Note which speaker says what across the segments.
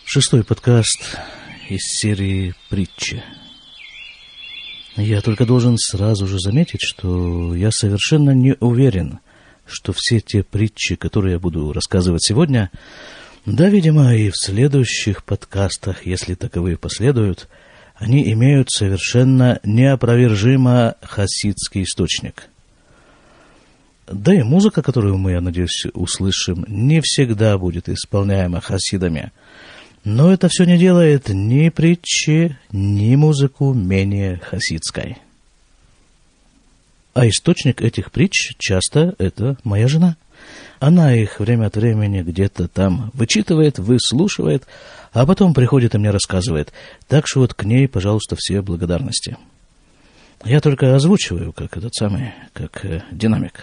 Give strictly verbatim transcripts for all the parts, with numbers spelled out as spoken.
Speaker 1: Шестой подкаст из серии «Притчи». Я только должен сразу же заметить, что я совершенно не уверен, что все те притчи, которые я буду рассказывать сегодня, да, видимо, и в следующих подкастах, если таковые последуют, они имеют совершенно неопровержимо хасидский источник. Да и музыка, которую мы, я надеюсь, услышим, не всегда будет исполняема хасидами. Но это все не делает ни притчи, ни музыку менее хасидской. А источник этих притч часто это моя жена. Она их время от времени где-то там вычитывает, выслушивает, а потом приходит и мне рассказывает. Так что вот к ней, пожалуйста, все благодарности. Я только озвучиваю, как этот самый, как э, динамик.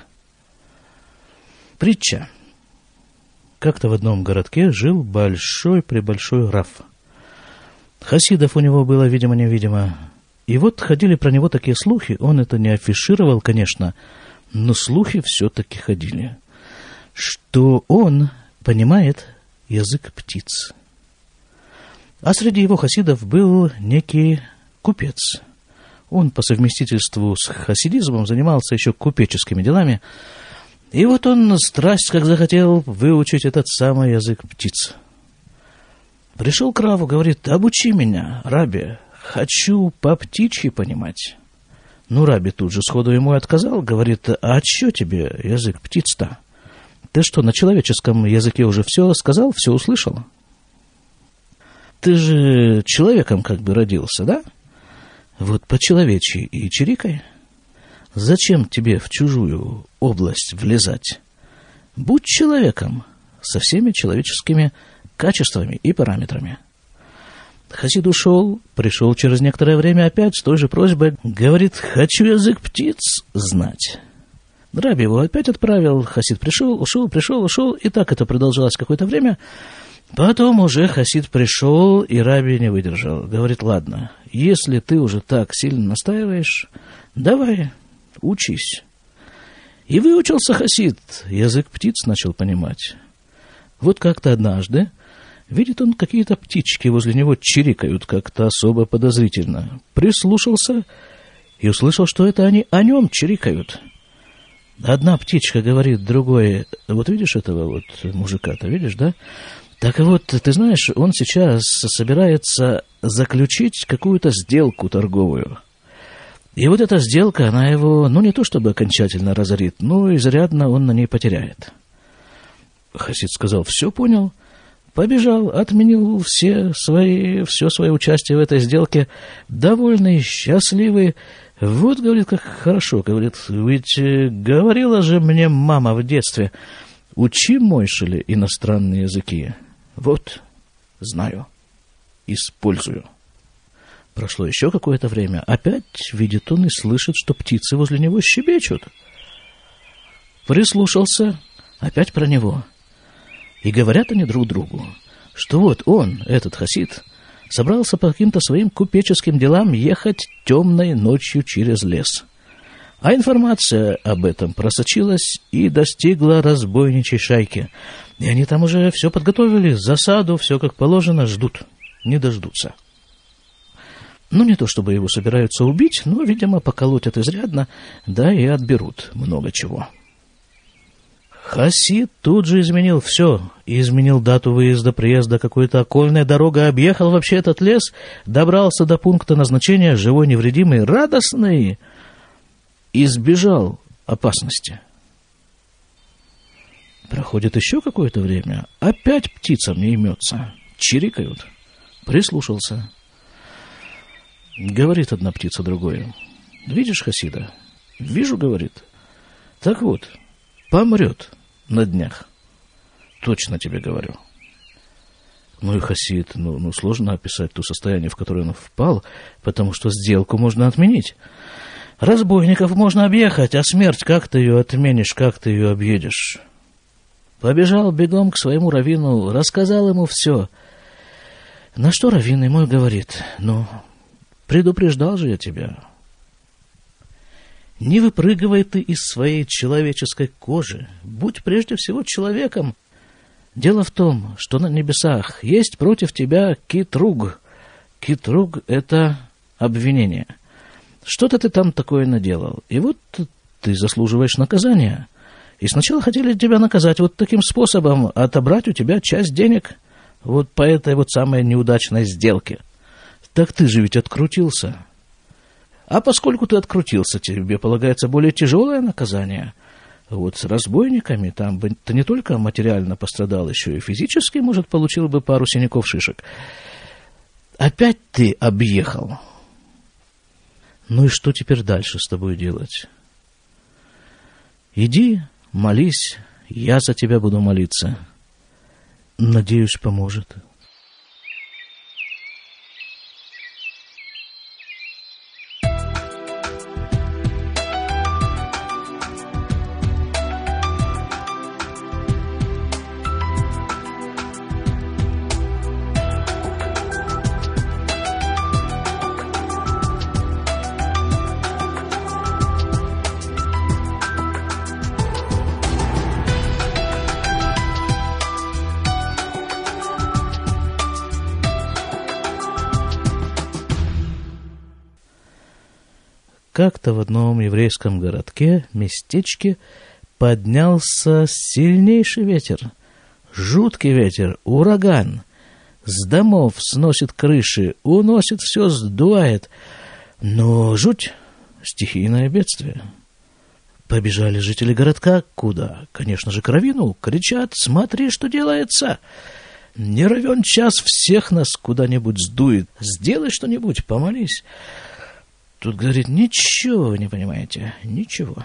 Speaker 1: Притча. Как-то в одном городке жил большой-пребольшой Раф. Хасидов у него было видимо-невидимо. И вот ходили про него такие слухи, он это не афишировал, конечно, но слухи все-таки ходили, что он понимает язык птиц. А среди его хасидов был некий купец. Он по совместительству с хасидизмом занимался еще купеческими делами. И вот он страсть как захотел выучить этот самый язык птиц. Пришел к Раву, говорит: обучи меня, Раби, хочу по птичьи понимать. Ну, Раби тут же сходу ему отказал, говорит: а что тебе язык птиц-то? Ты что, на человеческом языке уже все сказал, все услышал? Ты же человеком как бы родился, да? Вот по-человечьи и чирикай. Зачем тебе в чужую область влезать? Будь человеком со всеми человеческими качествами и параметрами. Хасид ушел, пришел через некоторое время опять с той же просьбой. Говорит: хочу язык птиц знать. Раби его опять отправил. Хасид пришел, ушел, пришел, ушел. И так это продолжалось какое-то время. Потом уже Хасид пришел, и Раби не выдержал. Говорит: ладно, если ты уже так сильно настаиваешь, давай, учись. И выучился Хасид, язык птиц начал понимать. Вот как-то однажды видит он, какие-то птички возле него чирикают как-то особо подозрительно. Прислушался и услышал, что это они о нем чирикают. Одна птичка говорит другой: вот видишь этого вот мужика-то, видишь, да? Так вот, ты знаешь, он сейчас собирается заключить какую-то сделку торговую. И вот эта сделка, она его, ну, не то чтобы окончательно разорит, но изрядно он на ней потеряет. Хасид сказал: все понял, побежал, отменил все свои, все свое участие в этой сделке, довольный, счастливый. Вот, говорит, как хорошо, говорит, ведь говорила же мне мама в детстве: учи, Мойшеле, иностранные языки. Вот, знаю, использую. Прошло еще какое-то время. Опять видит он и слышит, что птицы возле него щебечут. Прислушался, опять про него. И говорят они друг другу, что вот он, этот хасид, собрался по каким-то своим купеческим делам ехать темной ночью через лес. А информация об этом просочилась и достигла разбойничьей шайки. И они там уже все подготовили, засаду, все как положено, ждут, не дождутся. Ну, не то чтобы его собираются убить, но, видимо, поколотят изрядно, да и отберут много чего. Хасид тут же изменил все. Изменил дату выезда, приезда, какой-то окольной дорогой, объехал вообще этот лес, добрался до пункта назначения, живой, невредимый, радостный, избежал опасности. Проходит еще какое-то время, опять птицам не имется, чирикают. Прислушался. Говорит одна птица другой: видишь хасида? Вижу, говорит. Так вот, помрет на днях. Точно тебе говорю. Ну и хасид, ну, ну сложно описать то состояние, в которое он впал, потому что сделку можно отменить. Разбойников можно объехать, а смерть, как ты ее отменишь, как ты ее объедешь? Побежал бегом к своему раввину, рассказал ему все. На что раввин ему говорит: ну, предупреждал же я тебя. Не выпрыгивай ты из своей человеческой кожи. Будь прежде всего человеком. Дело в том, что на небесах есть против тебя китруг. Китруг — это обвинение. Что-то ты там такое наделал, и вот ты заслуживаешь наказания. И сначала хотели тебя наказать вот таким способом, отобрать у тебя часть денег вот по этой вот самой неудачной сделке. Так ты же ведь открутился. А поскольку ты открутился, тебе полагается более тяжелое наказание. Вот с разбойниками там бы ты не только материально пострадал, еще и физически, может, получил бы пару синяков-шишек. Опять ты объехал. Ну и что теперь дальше с тобой делать? Иди, молись, я за тебя буду молиться. Надеюсь, поможет. Как-то в одном еврейском городке, местечке, поднялся сильнейший ветер. Жуткий ветер, ураган. С домов сносит крыши, уносит все, сдувает. Но жуть, стихийное бедствие. Побежали жители городка. Куда? Конечно же, к раввину. Кричат: смотри, что делается. Не равен час всех нас куда-нибудь сдует. Сделай что-нибудь, помолись. Тут говорит: ничего вы не понимаете, ничего.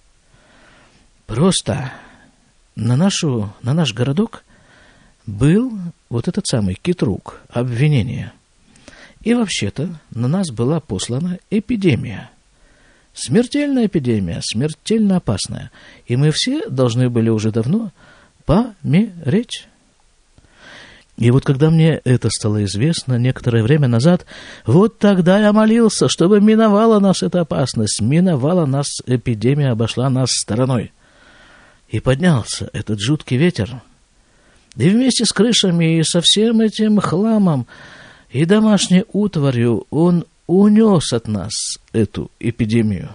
Speaker 1: Просто на, нашу, на наш городок был вот этот самый китруг, обвинение. И вообще-то на нас была послана эпидемия. Смертельная эпидемия, смертельно опасная. И мы все должны были уже давно помереть. И вот когда мне это стало известно некоторое время назад, вот тогда я молился, чтобы миновала нас эта опасность, миновала нас эпидемия, обошла нас стороной. И поднялся этот жуткий ветер. И вместе с крышами и со всем этим хламом и домашней утварью он унес от нас эту эпидемию.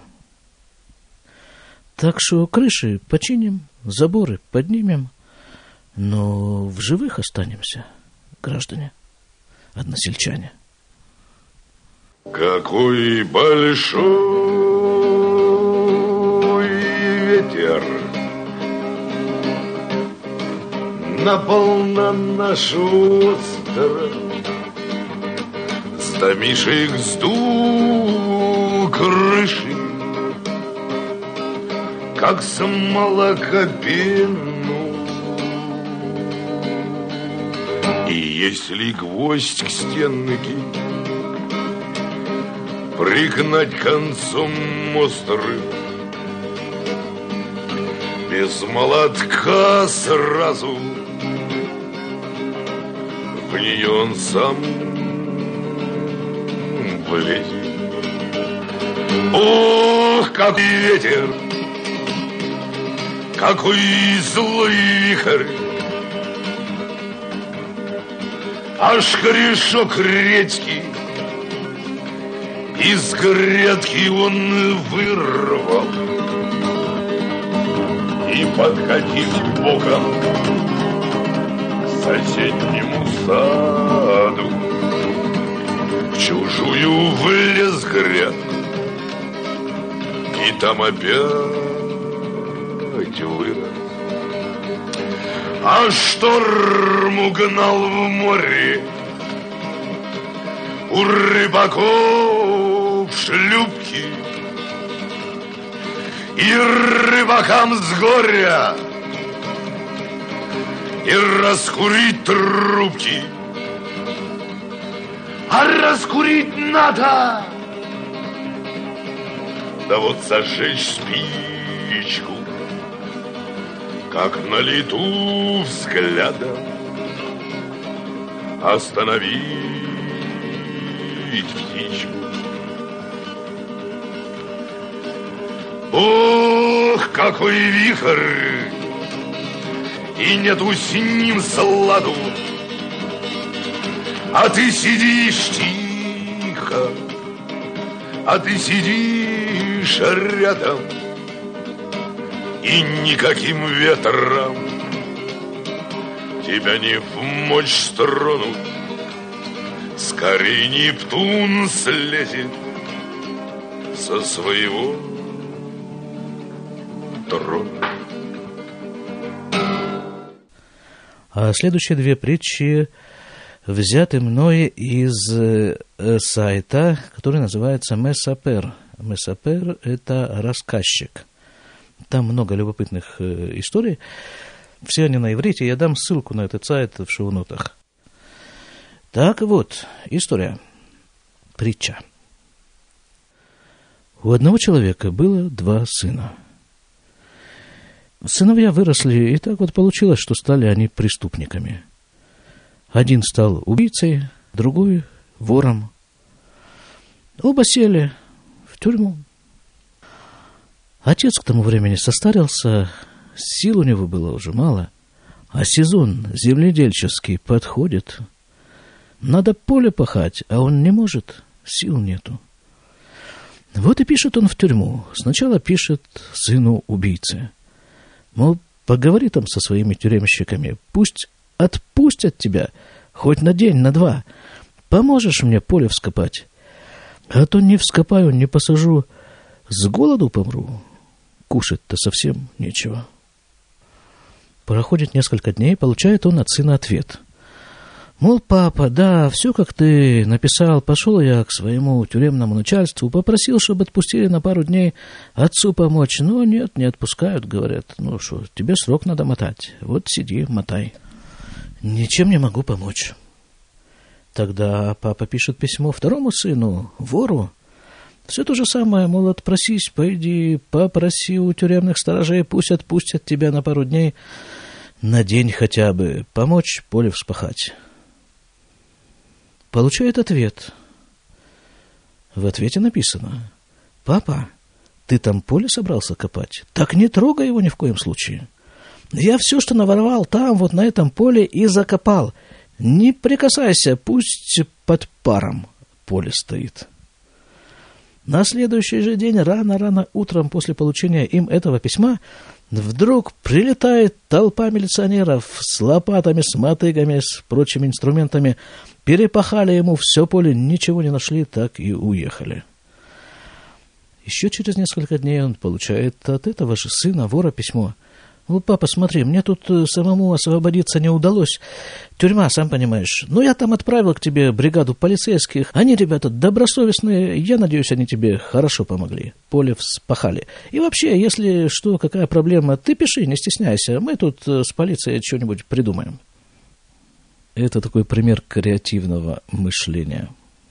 Speaker 1: Так что крыши починим, заборы поднимем, но в живых останемся, граждане, односельчане.
Speaker 2: Какой большой ветер напал на нашу страну, с домишек сдул крыши, как с молокопину. И если гвоздь к стенке пригнать концом острым, без молотка сразу в нее он сам влезет. Ох, какой ветер, какой злой вихрь, аж корешок редьки из грядки он вырвал и, подкатив боком к соседнему саду, в чужую влез грядку, и там опять вырос. А шторм угнал в море у рыбаков шлюпки, и рыбакам с горя и раскурить трубки. А раскурить надо, да вот зажечь спичку, как на лету взглядом остановить птичку. Ох, какой вихрь и нету с ним сладу. А ты сидишь тихо, а ты сидишь рядом, и никаким ветром тебя не вмочь стронуть. Скорей Нептун слезет со своего трона.
Speaker 1: А следующие две притчи взяты мной из э, сайта, который называется Месапер. Месапер – это рассказчик. Там много любопытных э, историй. Все они на иврите. Я дам ссылку на этот сайт в шоу-нотах. Так вот, история. Притча. У одного человека было два сына. Сыновья выросли, и так вот получилось, что стали они преступниками. Один стал убийцей, другой – вором. Оба сели в тюрьму. Отец к тому времени состарился, сил у него было уже мало, а сезон земледельческий подходит. Надо поле пахать, а он не может, сил нету. Вот и пишет он в тюрьму. Сначала пишет сыну убийцы. Мол, поговори там со своими тюремщиками, пусть отпустят тебя хоть на день, на два. Поможешь мне поле вскопать. А то не вскопаю, не посажу, с голоду помру. Кушать-то совсем нечего. Проходит несколько дней, получает он от сына ответ. Мол, папа, да, все как ты написал, пошел я к своему тюремному начальству, попросил, чтобы отпустили на пару дней отцу помочь, но нет, не отпускают, говорят, ну что, тебе срок надо мотать, вот сиди, мотай. Ничем не могу помочь. Тогда папа пишет письмо второму сыну, вору, все то же самое, мол, отпросись, пойди, попроси у тюремных сторожей, пусть отпустят тебя на пару дней, на день хотя бы, помочь поле вспахать. Получает ответ. В ответе написано: «Папа, ты там поле собрался копать? Так не трогай его ни в коем случае. Я все, что наворовал там, вот на этом поле, и закопал. Не прикасайся, пусть под паром поле стоит». На следующий же день, рано-рано утром после получения им этого письма, вдруг прилетает толпа милиционеров с лопатами, с мотыгами, с прочими инструментами. Перепахали ему все поле, ничего не нашли, так и уехали. Еще через несколько дней он получает от этого же сына, вора, письмо. «Вот, папа, смотри, мне тут самому освободиться не удалось. Тюрьма, сам понимаешь. Но я там отправил к тебе бригаду полицейских. Они, ребята, добросовестные. Я надеюсь, они тебе хорошо помогли. Поле вспахали. И вообще, если что, какая проблема, ты пиши, не стесняйся. Мы тут с полицией что-нибудь придумаем». Это такой пример креативного мышления.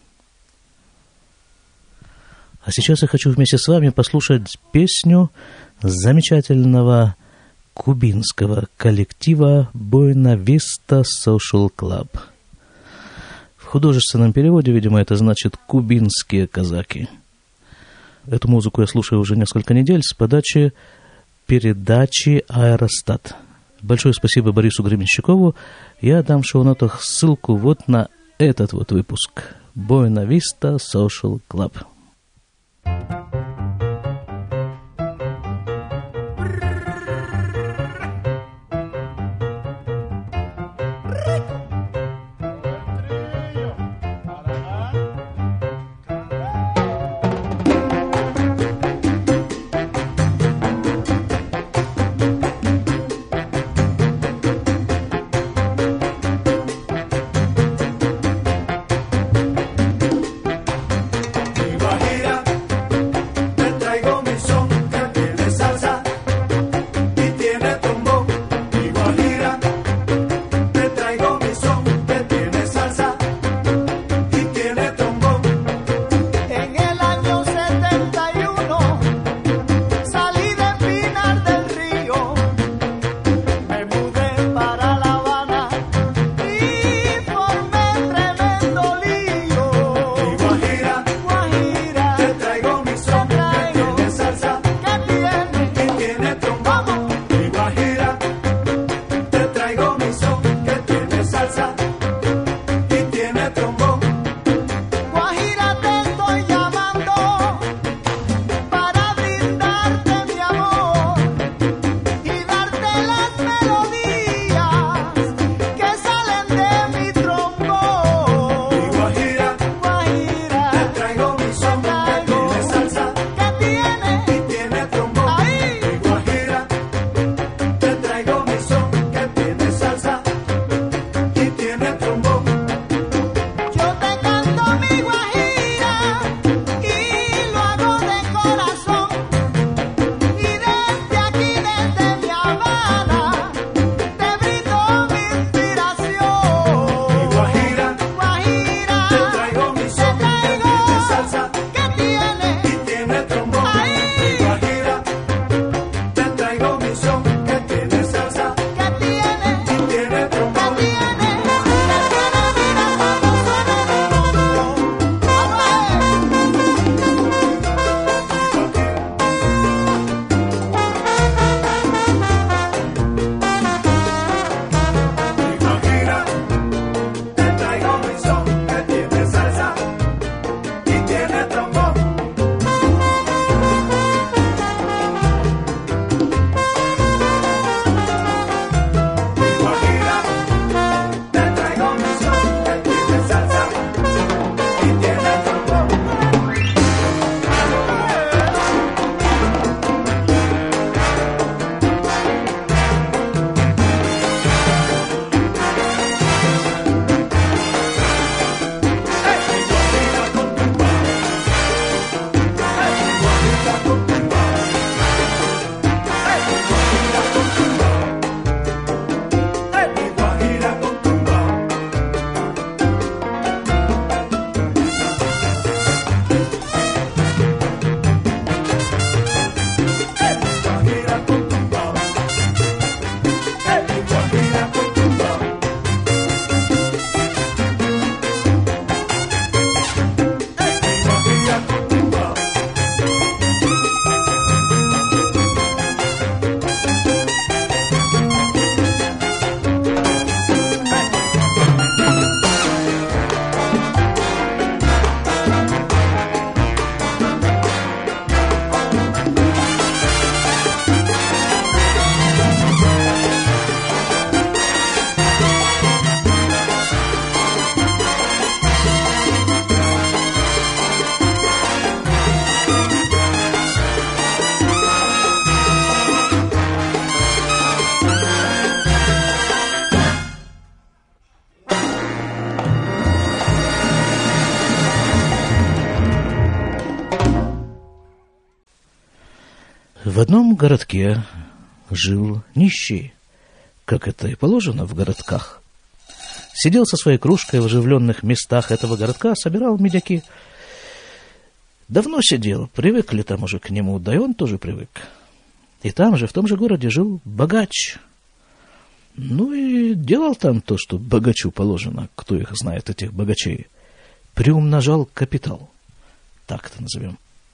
Speaker 1: А сейчас я хочу вместе с вами послушать песню замечательного кубинского коллектива Buena Vista Social Club. В художественном переводе, видимо, это значит «кубинские казаки». Эту музыку я слушаю уже несколько недель с подачи передачи «Аэростат». Большое спасибо Борису Гребенщикову. Я дам в шоу-нотах ссылку вот на этот вот выпуск. Buena Vista Social Club. В одном городке жил нищий, как это и положено в городках. Сидел со своей кружкой в оживленных местах этого городка, собирал медяки. Давно сидел, привыкли там уже к нему, да и он тоже привык. И там же, в том же городе, жил богач. Ну и делал там то, что богачу положено, кто их знает, этих богачей. Приумножал капитал, так это назовем.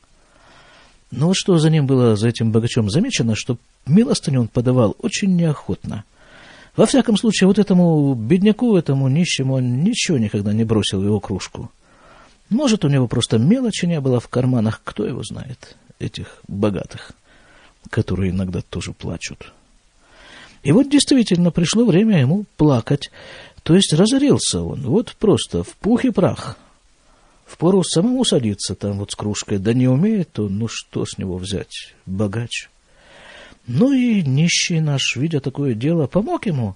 Speaker 1: Но вот что за ним было, за этим богачом замечено, что милостыню он подавал очень неохотно. Во всяком случае, вот этому бедняку, этому нищему, он ничего никогда не бросил в его кружку. Может, у него просто мелочи не было в карманах, кто его знает, этих богатых, которые иногда тоже плачут. И вот действительно пришло время ему плакать, то есть разорился он, вот просто в пух и прах. Впору самому садиться там вот с кружкой, да не умеет он, ну что с него взять, богач. Ну и нищий наш, видя такое дело, помог ему.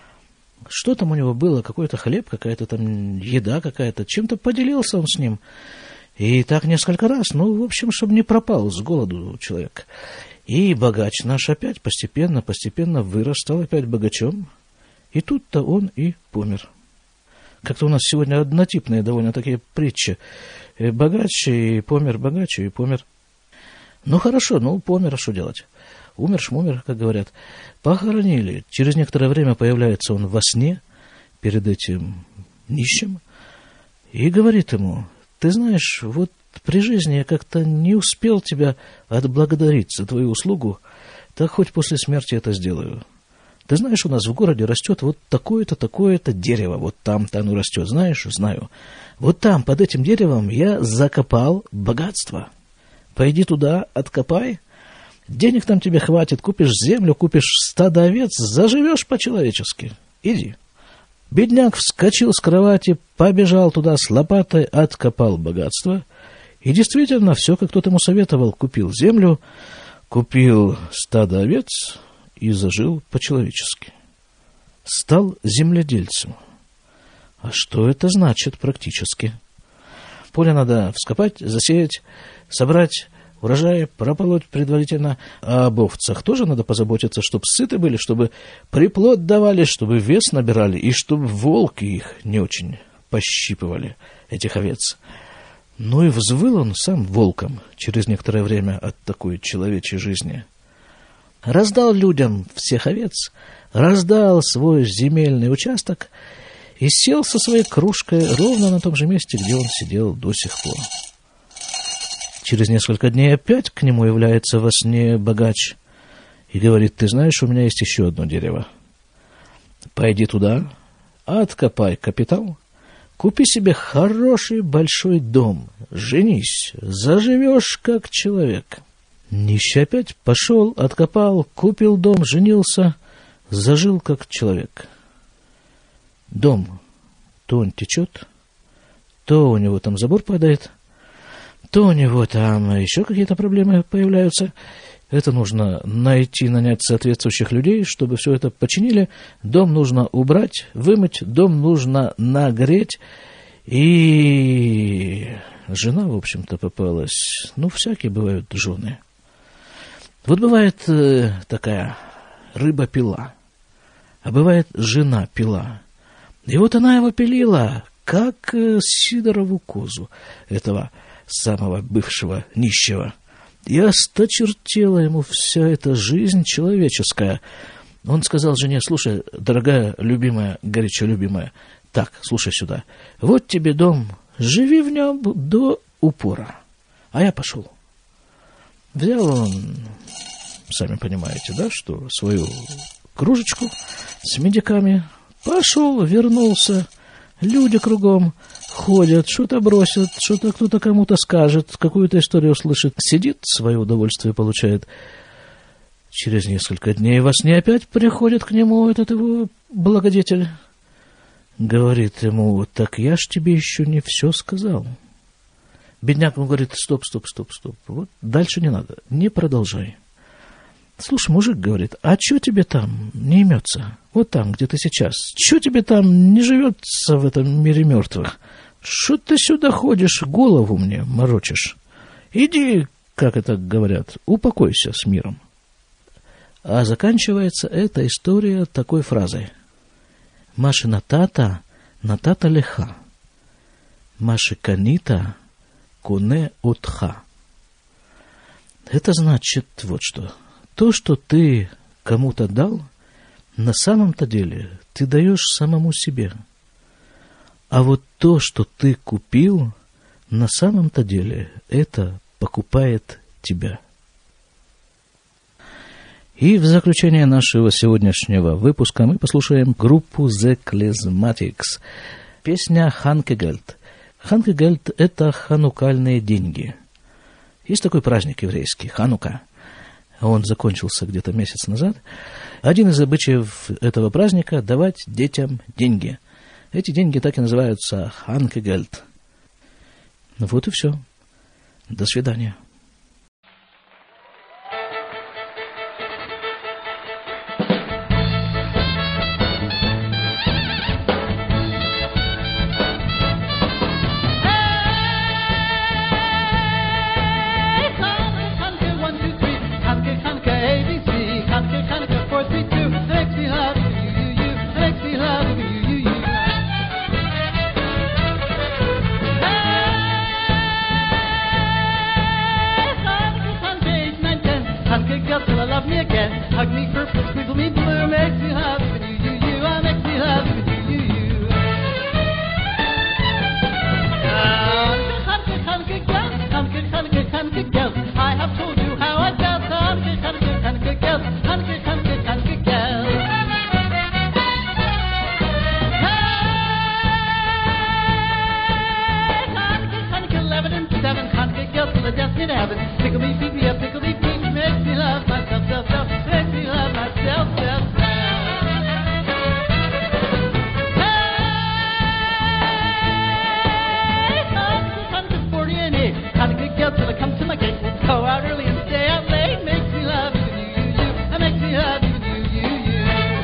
Speaker 1: Что там у него было, какой-то хлеб, какая-то там еда какая-то, чем-то поделился он с ним. И так несколько раз, ну, в общем, чтобы не пропал с голоду человек. И богач наш опять постепенно, постепенно вырос, стал опять богачом. И тут-то он и помер. Как-то у нас сегодня однотипные довольно такие притчи. Богач и помер, богач и помер. Ну, хорошо, ну, помер, а что делать? Умер, шмумер, как говорят. Похоронили. Через некоторое время появляется он во сне перед этим нищим и говорит ему: ты знаешь, вот при жизни я как-то не успел тебя отблагодарить за твою услугу, так хоть после смерти это сделаю. Ты знаешь, у нас в городе растет вот такое-то, такое-то дерево, вот там-то оно растет, знаешь? Знаю. Вот там, под этим деревом, я закопал богатство. Пойди туда, откопай, денег там тебе хватит, купишь землю, купишь стадо овец, заживешь по-человечески. Иди. Бедняк вскочил с кровати, побежал туда с лопатой, откопал богатство. И действительно, все, как тот ему советовал, купил землю, купил стадо овец и зажил по-человечески. Стал земледельцем. А что это значит практически? Поле надо вскопать, засеять, собрать урожай, прополоть предварительно. А об овцах тоже надо позаботиться, чтобы сыты были, чтобы приплод давали, чтобы вес набирали, и чтобы волки их не очень пощипывали, этих овец. Ну и взвыл он сам волком через некоторое время от такой человечьей жизни. Раздал людям всех овец, раздал свой земельный участок и сел со своей кружкой ровно на том же месте, где он сидел до сих пор. Через несколько дней опять к нему является во сне богач и говорит: ты знаешь, у меня есть еще одно дерево. Пойди туда, откопай капитал, купи себе хороший большой дом, женись, заживешь как человек. Нищий опять пошел, откопал, купил дом, женился, зажил как человек. Дом то он течет, то у него там забор падает, то у него там еще какие-то проблемы появляются. Это нужно найти, нанять соответствующих людей, чтобы все это починили. Дом нужно убрать, вымыть, дом нужно нагреть. И жена, в общем-то, попалась. Ну, всякие бывают жены. Вот бывает э, такая рыба-пила, а бывает жена-пила. И вот она его пилила, как э, Сидорову козу, этого самого бывшего нищего. И осточертела ему вся эта жизнь человеческая. Он сказал жене: слушай, дорогая, любимая, горячо любимая, так, слушай сюда, вот тебе дом, живи в нем до упора, а я пошел. Взял он, сами понимаете, да, что свою кружечку с медиками, пошел, вернулся, люди кругом ходят, что-то бросят, что-то кто-то кому-то скажет, какую-то историю услышит, сидит, свое удовольствие получает. Через несколько дней во сне опять приходит к нему этот его благодетель, говорит ему: так я ж тебе еще не все сказал. Бедняк ему говорит: стоп, стоп, стоп, стоп, вот дальше не надо, не продолжай. Слушай, мужик, говорит, а что тебе там не имется? Вот там, где ты сейчас. Что тебе там не живется в этом мире мертвых? Что ты сюда ходишь, голову мне морочишь? Иди как это говорят, упокойся с миром. А заканчивается эта история такой фразой. Маши натата, натата леха. Маши канита, куне отха. Это значит вот что. То, что ты кому-то дал, на самом-то деле ты даешь самому себе. А вот то, что ты купил, на самом-то деле это покупает тебя. И в заключение нашего сегодняшнего выпуска мы послушаем группу The Klezmatics. Песня «Ханкегельд». Ханкегельд – это ханукальные деньги. Есть такой праздник еврейский – Ханука. Он закончился где-то месяц назад. Один из обычаев этого праздника – давать детям деньги. Эти деньги так и называются «Ханкегельд». Вот и все. До свидания.
Speaker 3: Love me again, hug me purple, squiggle me blue, makes me happy when you, you, you, I makes me happy when you, you, you. Hanukkah, Hanukkah, girl, Hanukkah, Hanukkah, Hanukkah, girl. I have told you how I felt. Hanukkah, Hanukkah, Hanukkah, girl, Hanukkah, Hanukkah, Hanukkah, girl. Hanukkah, Hanukkah, eleven and seven, Hanukkah, girl, till the death in heaven. Pickle me, beat me up, pickle me, beat me, makes me love myself. Self, self, makes me love myself, self, self. Hey, Hanukkah, Hanukkah, forty and eight. Hanukkah, girl, till I come to my gate. Go out early and stay out late. Makes me love you, you, you, you. That makes me love you, you, you, you.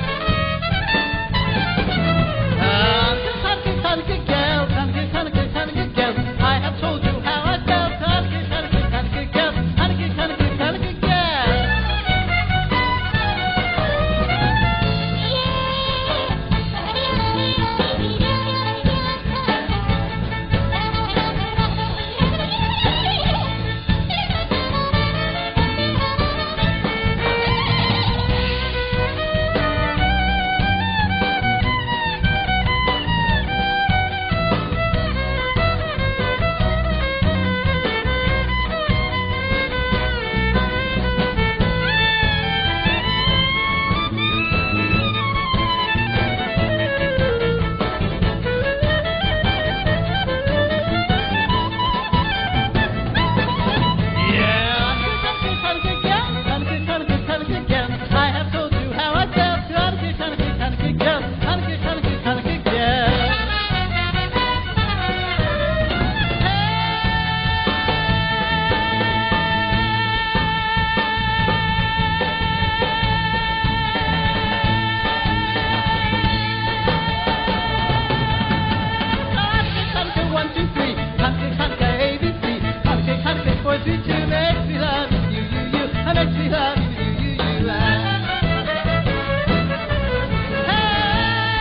Speaker 3: Hanukkah, Hanukkah, Hanukkah, girl. Hanukkah, Hanukkah, Hanukkah, girl. I have told you how I felt. Hanukkah, Hanukkah, Hanukkah, girl. Hanukkah, Hanukkah, Hanukkah, girl.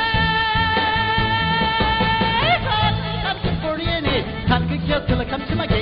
Speaker 3: Till I come to my gate.